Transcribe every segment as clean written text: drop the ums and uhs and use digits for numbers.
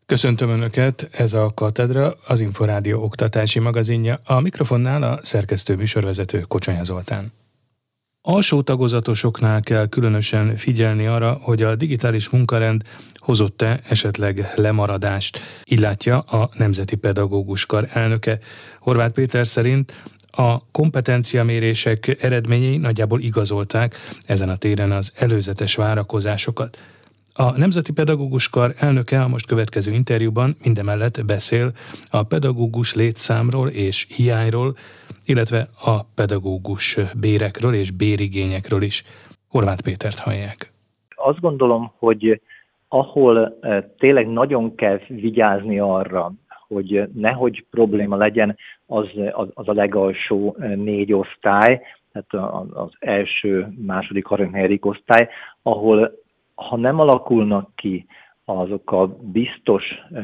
Köszöntöm Önöket, ez a Katedra, az Inforádió oktatási magazinja, a mikrofonnál a szerkesztő műsorvezető Kocsonya Zoltán. Alsó tagozatosoknál kell különösen figyelni arra, hogy a digitális munkarend hozott-e esetleg lemaradást, így látja a Nemzeti Pedagógus Kar elnöke. Horváth Péter szerint a kompetenciamérések eredményei nagyjából igazolták ezen a téren az előzetes várakozásokat. A Nemzeti Pedagógus Kar elnöke a most következő interjúban mindemellett beszél a pedagógus létszámról és hiányról, illetve a pedagógus bérekről és bérigényekről is. Horváth Pétert hallják. Azt gondolom, hogy ahol tényleg nagyon kell vigyázni arra, hogy nehogy probléma legyen, az a legalsó 4 osztály, tehát az első, második, harmadik, negyedik osztály, ahol ha nem alakulnak ki azok a biztos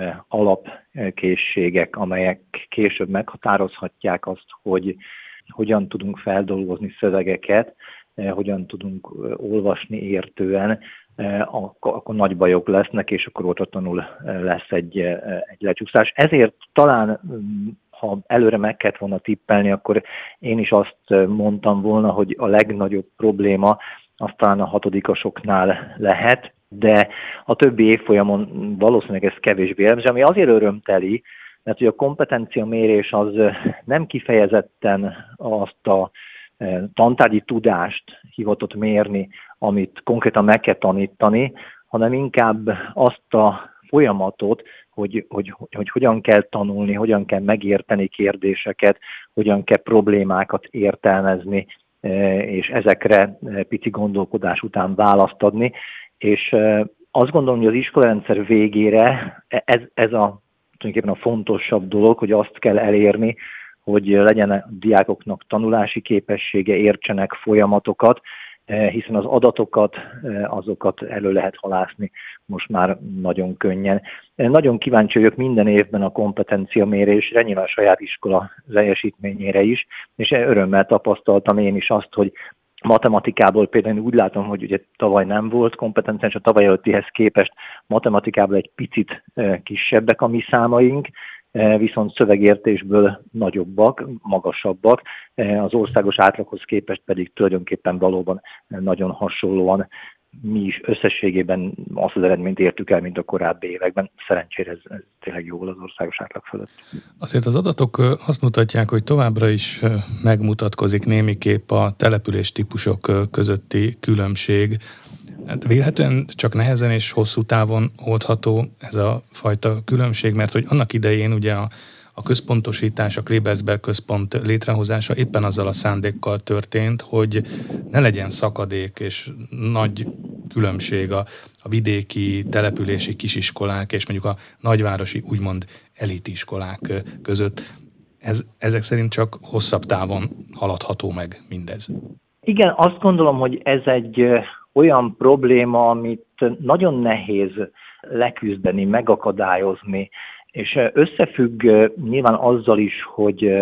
alapkészségek, amelyek később meghatározhatják azt, hogy hogyan tudunk feldolgozni szövegeket, hogyan tudunk olvasni értően, akkor nagy bajok lesznek, és akkor óvatatlanul lesz egy lecsúszás. Ezért talán, ha előre meg kellett volna tippelni, akkor én is azt mondtam volna, hogy a legnagyobb probléma az talán a hatodikosoknál lehet, de a többi évfolyamon valószínűleg ez kevésbé jellemző, ami azért örömteli, mert hogy a kompetenciamérés az nem kifejezetten azt a tantárgyi tudást hivatott mérni, amit konkrétan meg kell tanítani, hanem inkább azt a folyamatot, hogy hogyan kell tanulni, hogyan kell megérteni kérdéseket, hogyan kell problémákat értelmezni, és ezekre pici gondolkodás után választ adni. És azt gondolom, hogy az iskolarendszer végére ez tulajdonképpen a fontosabb dolog, hogy azt kell elérni, hogy legyen a diákoknak tanulási képessége, értsenek folyamatokat, hiszen az adatokat, azokat elő lehet halászni most már nagyon könnyen. Nagyon kíváncsi vagyok minden évben a kompetenciamérésre, nyilván a saját iskola teljesítményére is, és örömmel tapasztaltam én is azt, hogy matematikából például úgy látom, hogy ugye tavaly nem volt kompetencia, és a tavaly előttihez képest matematikából egy picit kisebbek a mi számaink, viszont szövegértésből nagyobbak, magasabbak, az országos átlaghoz képest pedig tulajdonképpen valóban nagyon hasonlóan mi is összességében azt az eredményt értük el, mint a korábbi években. Szerencsére ez tényleg jó az országos átlag fölött. Azért az adatok azt mutatják, hogy továbbra is megmutatkozik némiképp a település típusok közötti különbség. Hát vélhetően csak nehezen és hosszú távon oldható ez a fajta különbség, mert hogy annak idején ugye a központosítás, a Klebersberg központ létrehozása éppen azzal a szándékkal történt, hogy ne legyen szakadék és nagy különbség a vidéki, települési kisiskolák és mondjuk a nagyvárosi úgymond elitiskolák között. Ezek szerint csak hosszabb távon haladható meg mindez. Igen, azt gondolom, hogy ez egy olyan probléma, amit nagyon nehéz leküzdeni, megakadályozni, és összefügg nyilván azzal is, hogy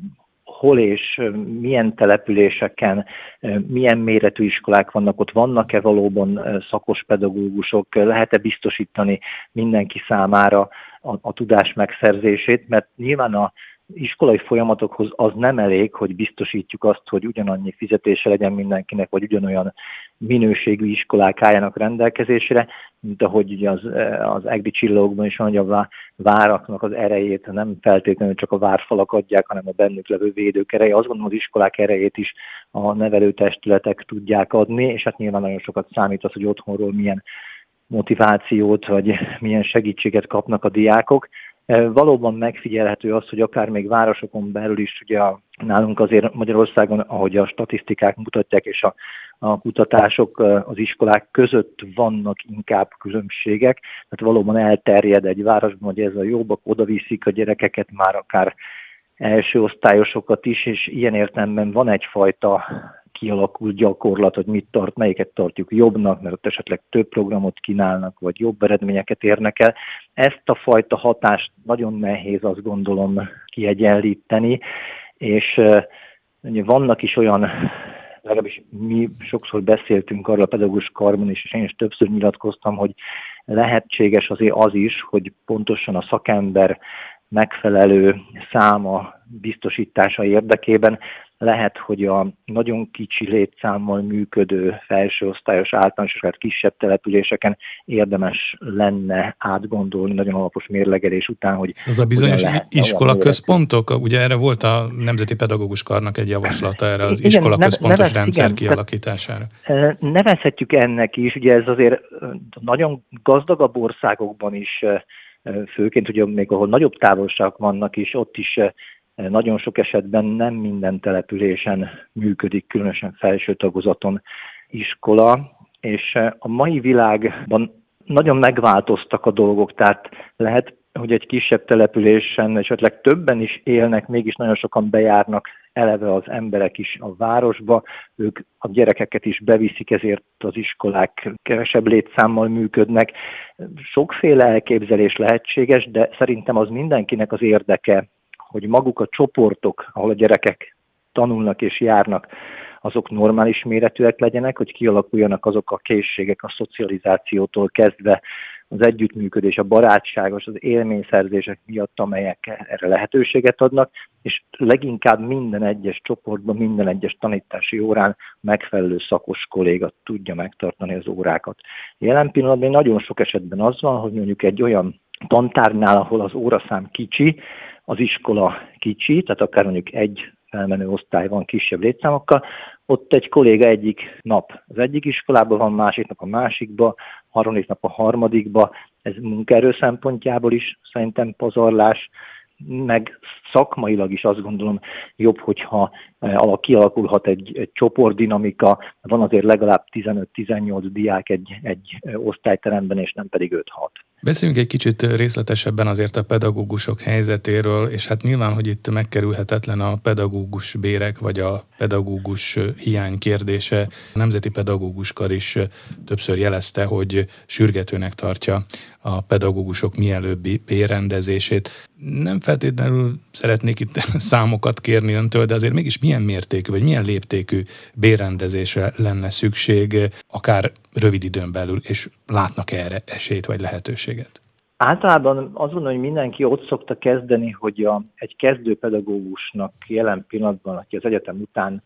hol és milyen településeken, milyen méretű iskolák vannak, ott vannak-e valóban szakos pedagógusok, lehet-e biztosítani mindenki számára a tudás megszerzését, mert nyilván a iskolai folyamatokhoz az nem elég, hogy biztosítjuk azt, hogy ugyanannyi fizetése legyen mindenkinek, vagy ugyanolyan minőségű iskolák álljanak rendelkezésre, mint ahogy ugye az EGRI csillagokban is van, hogy a váraknak az erejét nem feltétlenül csak a várfalak adják, hanem a bennük levő védők ereje. Azt gondolom, az iskolák erejét is a nevelőtestületek tudják adni, és hát nyilván nagyon sokat számít az, hogy otthonról milyen motivációt, vagy milyen segítséget kapnak a diákok. Valóban megfigyelhető az, hogy akár még városokon belül is, ugye nálunk azért Magyarországon, ahogy a statisztikák mutatják, és a kutatások az iskolák között vannak inkább különbségek, tehát valóban elterjed egy városban, hogy ez a jobbak, oda viszik a gyerekeket, már akár első osztályosokat is, és ilyen értelemben van egyfajta kialakult gyakorlat, hogy melyiket tartjuk jobbnak, mert ott esetleg több programot kínálnak, vagy jobb eredményeket érnek el. Ezt a fajta hatást nagyon nehéz, azt gondolom, kiegyenlíteni, és vannak is olyan, legalábbis mi sokszor beszéltünk arról a pedagógus karban is, és én is többször nyilatkoztam, hogy lehetséges azért az is, hogy pontosan a szakember megfelelő száma biztosítása érdekében lehet, hogy a nagyon kicsi létszámmal működő felsőosztályos általános, tehát kisebb településeken érdemes lenne átgondolni nagyon alapos mérlegelés után, hogy az a bizonyos iskolaközpontok, ugye erre volt a Nemzeti Pedagógus Karnak egy javaslata erre az iskolaközpontos rendszer kialakítására. Nevezhetjük ennek is, ugye ez azért nagyon gazdagabb országokban is, főként ugye még ahol nagyobb távolságok vannak is, ott is nagyon sok esetben nem minden településen működik, különösen felső tagozaton iskola, és a mai világban nagyon megváltoztak a dolgok, tehát lehet, hogy egy kisebb településen esetleg többen is élnek, mégis nagyon sokan bejárnak eleve az emberek is a városba, ők a gyerekeket is beviszik, ezért az iskolák kevesebb létszámmal működnek. Sokféle elképzelés lehetséges, de szerintem az mindenkinek az érdeke, hogy maguk a csoportok, ahol a gyerekek tanulnak és járnak, azok normális méretűek legyenek, hogy kialakuljanak azok a készségek a szocializációtól kezdve, az együttműködés, a barátságos, az élményszerzések miatt, amelyek erre lehetőséget adnak, és leginkább minden egyes csoportban, minden egyes tanítási órán megfelelő szakos kolléga tudja megtartani az órákat. Jelen pillanatban nagyon sok esetben az van, hogy mondjuk egy olyan tantárnál, ahol az óraszám kicsi, az iskola kicsi, tehát akár mondjuk egy felmenő osztály van kisebb létszámokkal, ott egy kolléga egyik nap az egyik iskolában van, másik nap a másikba, harmadik nap a harmadikba. Ez munkaerő szempontjából is szerintem pazarlás, meg szakmailag is azt gondolom jobb, hogyha kialakulhat egy csoportdinamika, van azért legalább 15-18 diák egy osztályteremben, és nem pedig 5-6. Beszéljünk egy kicsit részletesebben azért a pedagógusok helyzetéről, és hát nyilván, hogy itt megkerülhetetlen a pedagógus bérek, vagy a pedagógus hiány kérdése. A Nemzeti Pedagógus Kar is többször jelezte, hogy sürgetőnek tartja a pedagógusok mielőbbi bérrendezését. Nem feltétlenül szeretnék itt számokat kérni öntől, de azért mégis milyen mértékű, vagy milyen léptékű bérrendezésre lenne szükség, akár rövid időn belül, és látnak erre esélyt vagy lehetőséget? Általában azt mondom, hogy mindenki ott szokta kezdeni, hogy egy kezdőpedagógusnak jelen pillanatban, aki az egyetem után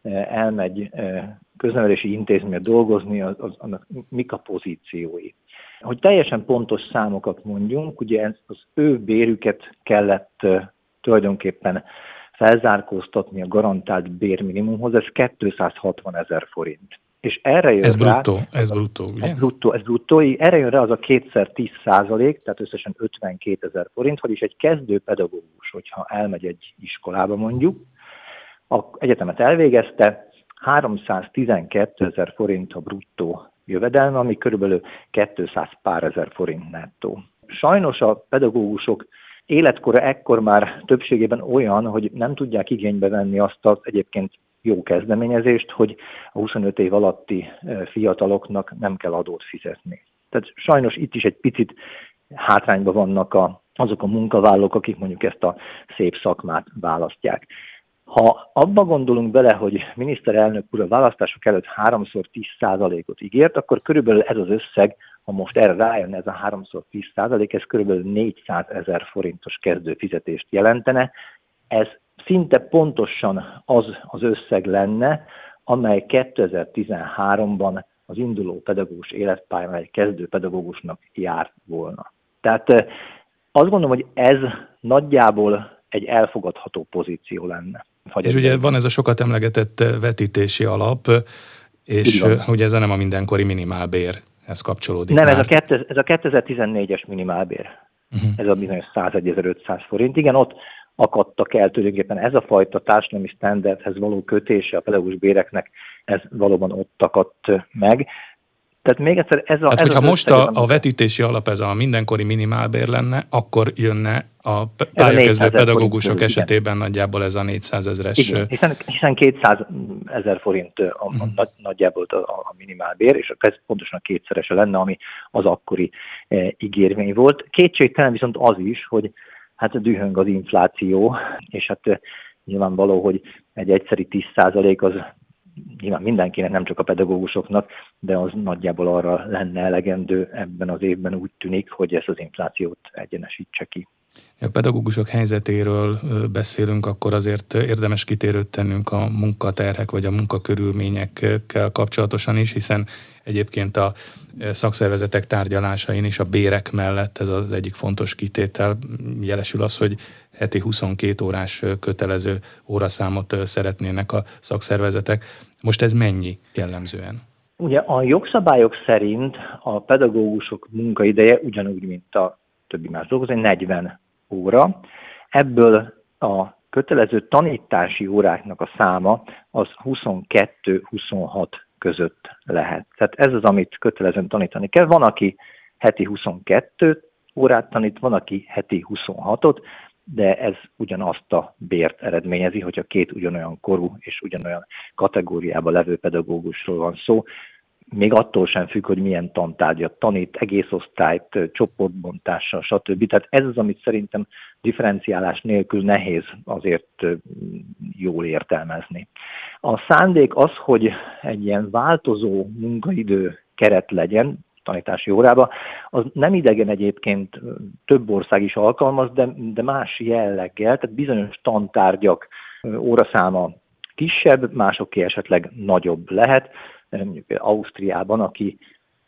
elmegy köznevelési intézménybe dolgozni, annak mik a pozíciói. Hogy teljesen pontos számokat mondjunk, ugye az ő bérüket kellett tulajdonképpen felzárkóztatni a garantált bérminimumhoz, ez 260 000 forint. És erre jön ez rá, bruttó, ugye? Ez bruttó, erre jön rá az a 2x10%, tehát összesen 52 000 forint, vagyis egy kezdő pedagógus, hogyha elmegy egy iskolába mondjuk, az egyetemet elvégezte, 312 000 forint a bruttó jövedelme, ami körülbelül 200 pár ezer forint nettó. Sajnos a pedagógusok életkora ekkor már többségében olyan, hogy nem tudják igénybe venni azt az egyébként jó kezdeményezést, hogy a 25 év alatti fiataloknak nem kell adót fizetni. Tehát sajnos itt is egy picit hátrányban vannak azok a munkavállalók, akik mondjuk ezt a szép szakmát választják. Ha abba gondolunk bele, hogy miniszterelnök úr a választások előtt 3x10%-ot ígért, akkor körülbelül ez az összeg, ha most erre rájön ez a 3x10%, ez körülbelül 400 000 forintos kezdőfizetést jelentene. Ez szinte pontosan az összeg lenne, amely 2013-ban az induló pedagógus életpályán egy kezdő pedagógusnak járt volna. Tehát azt gondolom, hogy ez nagyjából egy elfogadható pozíció lenne. És ugye van ez a sokat emlegetett vetítési alap, és ugye ez nem a mindenkori minimálbérhez kapcsolódik. Nem, ez a 2014-es minimálbér. Ez a bizonyos 101.500 forint. Igen, ott akadtak el tulajdonképpen ez a fajta társadalmi standardhez való kötése a pedagógus béreknek, ez valóban ott akadt meg. Tehát még egyszer hogyha most a vetítési alap ez a mindenkori minimálbér lenne, akkor jönne a pályakezdő pedagógusok esetében nagyjából ez a 400 000-es. Igen, hiszen 200 000 forint nagyjából a minimálbér, és ez pontosan a kétszerese lenne, ami az akkori ígérvény volt. Kétségtelen viszont az is, hogy hát dühöng az infláció, és hát nyilvánvaló, hogy egy egyszeri 10% az nyilván mindenkinek, nem csak a pedagógusoknak, de az nagyjából arra lenne elegendő ebben az évben, úgy tűnik, hogy ezt az inflációt egyenesítse ki. A pedagógusok helyzetéről beszélünk, akkor azért érdemes kitérőt tennünk a munkaterhek vagy a munkakörülményekkel kapcsolatosan is, hiszen egyébként a szakszervezetek tárgyalásain is a bérek mellett ez az egyik fontos kitétel. Jelesül az, hogy heti 22 órás kötelező óraszámot szeretnének a szakszervezetek. Most ez mennyi jellemzően? Ugye a jogszabályok szerint a pedagógusok munkaideje ugyanúgy, mint a többi más dolgozó, 40 óra. Ebből a kötelező tanítási óráknak a száma az 22-26 között lehet. Tehát ez az, amit kötelezően tanítani kell. Van, aki heti 22 órát tanít, van, aki heti 26-ot, de ez ugyanazt a bért eredményezi, hogyha két ugyanolyan korú és ugyanolyan kategóriában levő pedagógusról van szó. Még attól sem függ, hogy milyen tantárgyat tanít, egész osztályt, csoportbontással, stb. Tehát ez az, amit szerintem differenciálás nélkül nehéz azért jól értelmezni. A szándék az, hogy egy ilyen változó munkaidő keret legyen tanítási órába, az nem idegen egyébként, több ország is alkalmaz, de más jelleggel, tehát bizonyos tantárgyak óraszáma kisebb, másoké esetleg nagyobb lehet. Mondjuk Ausztriában, aki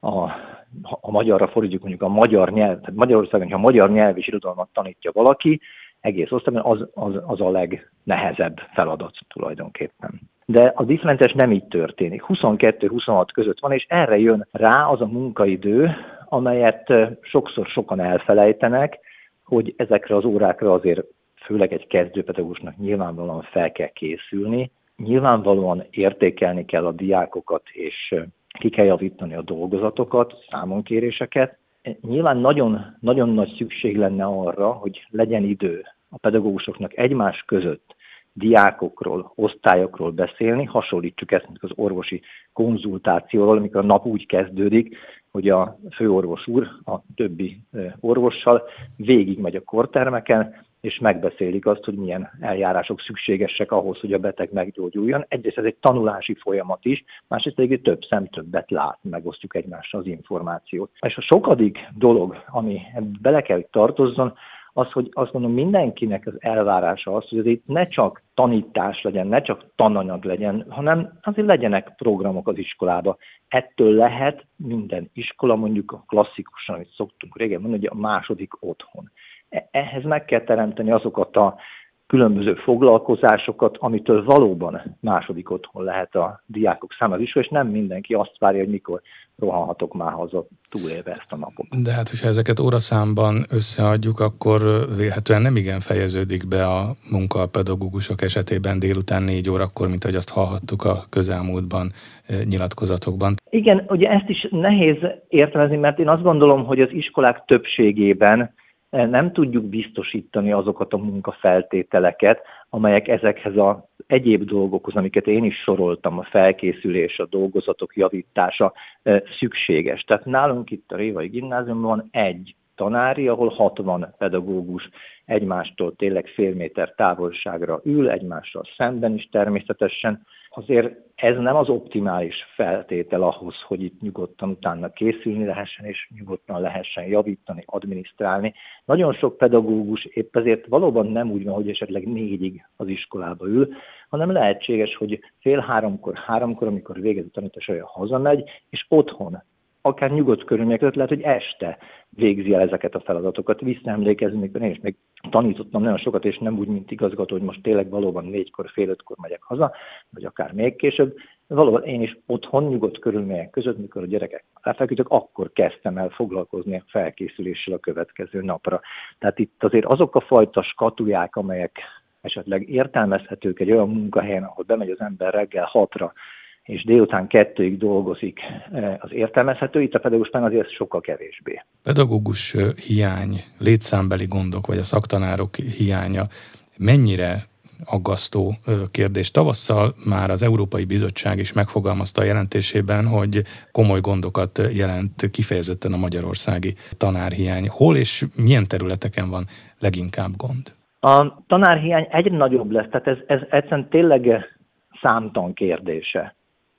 a magyarra fordítjuk mondjuk a magyar nyelv, tehát Magyarországon, ha a magyar nyelv és irodalmat tanítja valaki, egész osztályban az a legnehezebb feladat tulajdonképpen. De a differenciás nem így történik. 22-26 között van, és erre jön rá az a munkaidő, amelyet sokszor sokan elfelejtenek, hogy ezekre az órákra azért főleg egy kezdőpedagógusnak nyilvánvalóan fel kell készülni, nyilvánvalóan értékelni kell a diákokat, és ki kell javítani a dolgozatokat, számonkéréseket. Nyilván nagyon, nagyon nagy szükség lenne arra, hogy legyen idő a pedagógusoknak egymás között diákokról, osztályokról beszélni, hasonlítsuk ezt az orvosi konzultációval, amikor a nap úgy kezdődik, hogy a főorvos úr a többi orvossal végigmegy a kortermeken, és megbeszélik azt, hogy milyen eljárások szükségesek ahhoz, hogy a beteg meggyógyuljon. Egyrészt ez egy tanulási folyamat is, másrészt pedig több szem többet lát, megosztjuk egymással az információt. És a sokadik dolog, ami bele kell, hogy tartozzon, az, hogy azt mondom, mindenkinek az elvárása az, hogy azért ne csak tanítás legyen, ne csak tananyag legyen, hanem azért legyenek programok az iskolába. Ettől lehet minden iskola, mondjuk klasszikusan, amit szoktunk régen mondani, hogy a második otthon. Ehhez meg kell teremteni azokat a különböző foglalkozásokat, amitől valóban második otthon lehet a diákok számára is, és nem mindenki azt várja, hogy mikor rohanhatok már haza túlélve ezt a napot. De hát, hogyha ezeket óraszámban összeadjuk, akkor vélhetően nem igen fejeződik be a munka a pedagógusok esetében délután 4 órakor, mint ahogy azt hallhattuk a közelmúltban nyilatkozatokban. Igen, ugye ezt is nehéz értelmezni, mert én azt gondolom, hogy az iskolák többségében nem tudjuk biztosítani azokat a munkafeltételeket, amelyek ezekhez az egyéb dolgokhoz, amiket én is soroltam, a felkészülés, a dolgozatok javítása szükséges. Tehát nálunk itt a Révai Gimnáziumban van egy tanári, ahol 60 pedagógus egymástól tényleg fél méter távolságra ül, egymással szemben is természetesen. Azért ez nem az optimális feltétel ahhoz, hogy itt nyugodtan utána készülni lehessen, és nyugodtan lehessen javítani, adminisztrálni. Nagyon sok pedagógus épp ezért valóban nem úgy van, hogy esetleg 4-ig az iskolába ül, hanem lehetséges, hogy fél 3-kor, amikor végez a tanítás, olyan hazamegy, és otthon, akár nyugodt körülmények között lehet, hogy este végzi el ezeket a feladatokat. Visszaemlékezni, mikor én is még tanítottam nagyon sokat, és nem úgy, mint igazgató, hogy most tényleg valóban 4-kor, fél 5-kor megyek haza, vagy akár még később. Valóban én is otthon nyugodt körülmények között, mikor a gyerekek lefeküdtek, akkor kezdtem el foglalkozni a felkészüléssel a következő napra. Tehát itt azért azok a fajta skatuják, amelyek esetleg értelmezhetők egy olyan munkahelyen, ahol bemegy az ember reggel 6-ra, és délután 2-ig dolgozik, az értelmezhető, itt a pedagógusban azért sokkal kevésbé. Pedagógus hiány, létszámbeli gondok, vagy a szaktanárok hiánya mennyire aggasztó kérdés? Tavasszal már az Európai Bizottság is megfogalmazta a jelentésében, hogy komoly gondokat jelent kifejezetten a magyarországi tanárhiány. Hol és milyen területeken van leginkább gond? A tanárhiány egyre nagyobb lesz, tehát ez egyszerűen tényleg számtan kérdése.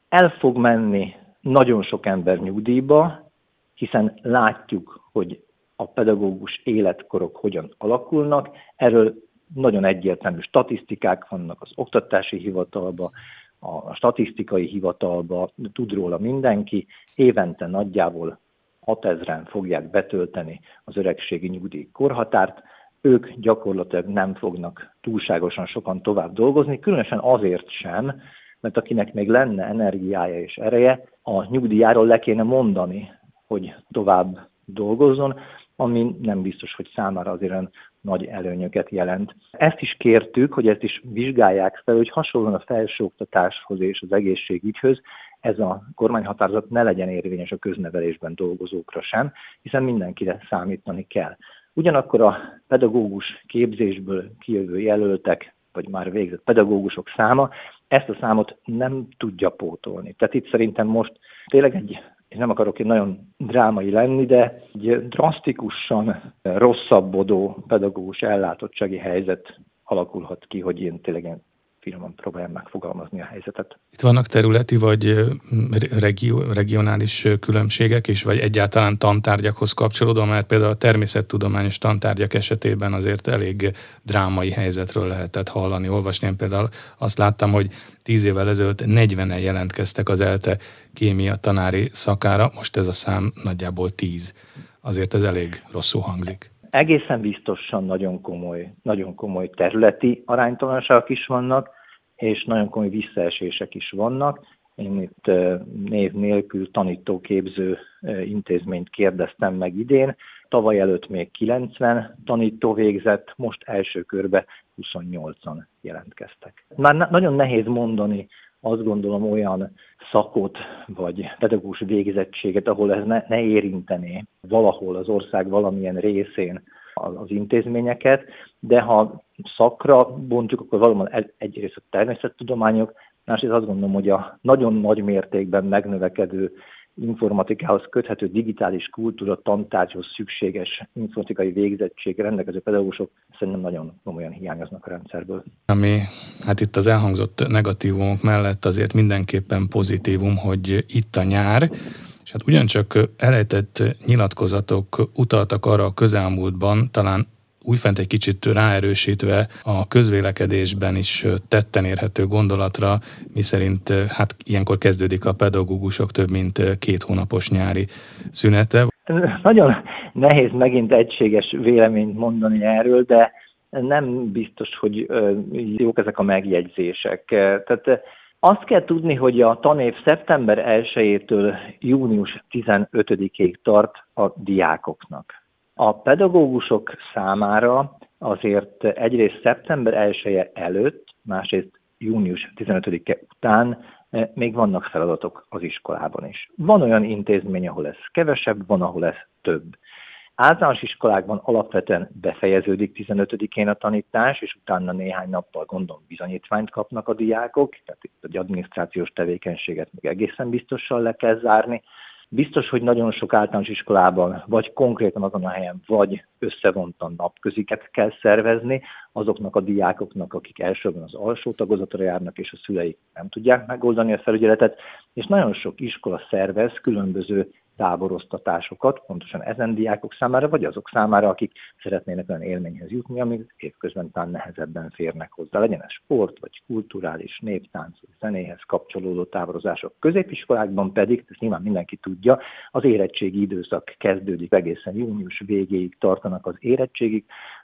El fog menni nagyon sok ember nyugdíjba, hiszen látjuk, hogy a pedagógus életkorok hogyan alakulnak. Erről nagyon egyértelmű statisztikák vannak az oktatási hivatalban, a statisztikai hivatalban, tud róla mindenki. Évente nagyjából 6000-en fogják betölteni az öregségi nyugdíj korhatárt. Ők gyakorlatilag nem fognak túlságosan sokan tovább dolgozni, különösen azért sem, mert akinek még lenne energiája és ereje, a nyugdíjáról le kéne mondani, hogy tovább dolgozzon, ami nem biztos, hogy számára azért nagy előnyöket jelent. Ezt is kértük, hogy ezt is vizsgálják fel, hogy hasonlóan a felsőoktatáshoz és az egészségügyhöz ez a kormányhatározat ne legyen érvényes a köznevelésben dolgozókra sem, hiszen mindenkire számítani kell. Ugyanakkor a pedagógus képzésből kijövő jelöltek, vagy már végzett pedagógusok száma ezt a számot nem tudja pótolni. Tehát itt szerintem most tényleg én nem akarok nagyon drámai lenni, de egy drasztikusan rosszabbodó pedagógus ellátottsági helyzet alakulhat ki, hogy én tényleg finoman próbáljam megfogalmazni a helyzetet. Itt vannak területi vagy regionális különbségek is, vagy egyáltalán tantárgyakhoz kapcsolódóan, mert például a természettudományos tantárgyak esetében azért elég drámai helyzetről lehetett hallani, olvasni. Én például azt láttam, hogy 10 évvel ezelőtt 40-en jelentkeztek az ELTE kémia tanári szakára, most ez a szám nagyjából 10. Azért ez elég rosszul hangzik. Egészen biztosan nagyon komoly területi aránytalanságok is vannak, és nagyon komoly visszaesések is vannak. Én itt név nélkül tanítóképző intézményt kérdeztem meg idén. Tavaly előtt még 90 tanító végzett, most első körbe 28-an jelentkeztek. Már nagyon nehéz mondani, azt gondolom, olyan szakot vagy pedagógus végzettséget, ahol ez ne érintené valahol az ország valamilyen részén az intézményeket, de ha szakra bontjuk, akkor valóban egyrészt a természettudományok, másrészt azt gondolom, hogy a nagyon nagy mértékben megnövekedő informatikához köthető digitális kultúra tantárgyhoz szükséges informatikai végzettség rendelkező pedagógusok szerintem nagyon komolyan hiányoznak a rendszerből. Ami hát itt az elhangzott negatívumok mellett azért mindenképpen pozitívum, hogy itt a nyár, és hát ugyancsak elejtett nyilatkozatok utaltak arra a közelmúltban, talán újfent egy kicsit ráerősítve a közvélekedésben is tetten érhető gondolatra, miszerint hát ilyenkor kezdődik a pedagógusok több mint 2 hónapos nyári szünete. Nagyon nehéz megint egységes véleményt mondani erről, de nem biztos, hogy jók ezek a megjegyzések. Tehát azt kell tudni, hogy a tanév szeptember 1-től június 15-ig tart a diákoknak. A pedagógusok számára azért egyrészt szeptember 1 előtt, másrészt június 15-e után még vannak feladatok az iskolában is. Van olyan intézmény, ahol ez kevesebb, van, ahol ez több. Általános iskolákban alapvetően befejeződik 15-én a tanítás, és utána néhány nappal gondolom bizonyítványt kapnak a diákok, tehát itt egy adminisztrációs tevékenységet még egészen biztosan le kell zárni. Biztos, hogy nagyon sok általános iskolában, vagy konkrétan azon a helyen, vagy összevontan napköziket kell szervezni azoknak a diákoknak, akik elsősorban az alsó tagozatra járnak, és a szüleik nem tudják megoldani a felügyeletet, és nagyon sok iskola szervez különböző táboroztatásokat, pontosan ezen diákok számára, vagy azok számára, akik szeretnének olyan élményhez jutni, amik évközben talán nehezebben férnek hozzá. Legyen ez sport, vagy kulturális, néptánc, vagy zenéhez kapcsolódó táborozások. Középiskolákban pedig, ezt nyilván mindenki tudja, az érettségi időszak kezdődik, egészen június végéig tartanak az érettségig,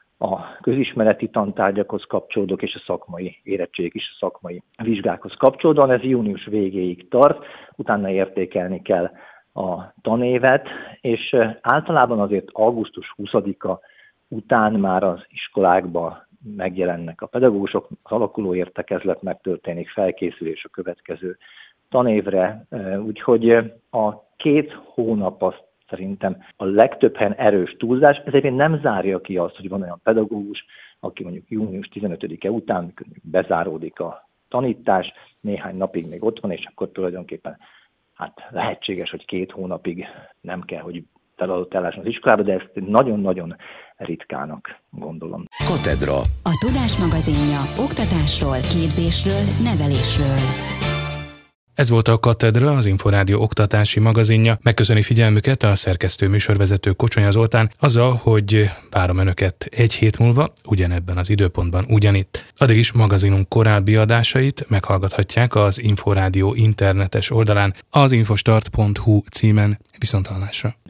a közismereti tantárgyakhoz kapcsolódók és a szakmai érettségig is, a szakmai vizsgákhoz kapcsolódóan. Ez június végéig tart, utána értékelni kell a tanévet, és általában azért augusztus 20-a után már az iskolákban megjelennek a pedagógusok, az alakuló értekezlet megtörténik, felkészülés a következő tanévre, úgyhogy a 2 hónap az szerintem a legtöbb helyen erős túlzás, ez egyébként nem zárja ki azt, hogy van olyan pedagógus, aki mondjuk június 15-e után bezáródik a tanítás, néhány napig még ott van, és akkor tulajdonképpen lehetséges, hogy 2 hónapig nem kell, hogy feladatot ellásson az iskolába, de ezt nagyon-nagyon ritkának gondolom. Katedra. A Tudás magazinja oktatásról, képzésről, nevelésről. Ez volt a Katedra, az Inforádió oktatási magazinja. Megköszöni figyelmüket a szerkesztő műsorvezető Kocsonya Zoltán azzal, hogy várom Önöket egy hét múlva, ugyanebben az időpontban ugyanitt. Addig is magazinunk korábbi adásait meghallgathatják az Inforádió internetes oldalán, az infostart.hu címen. Viszonthallásra.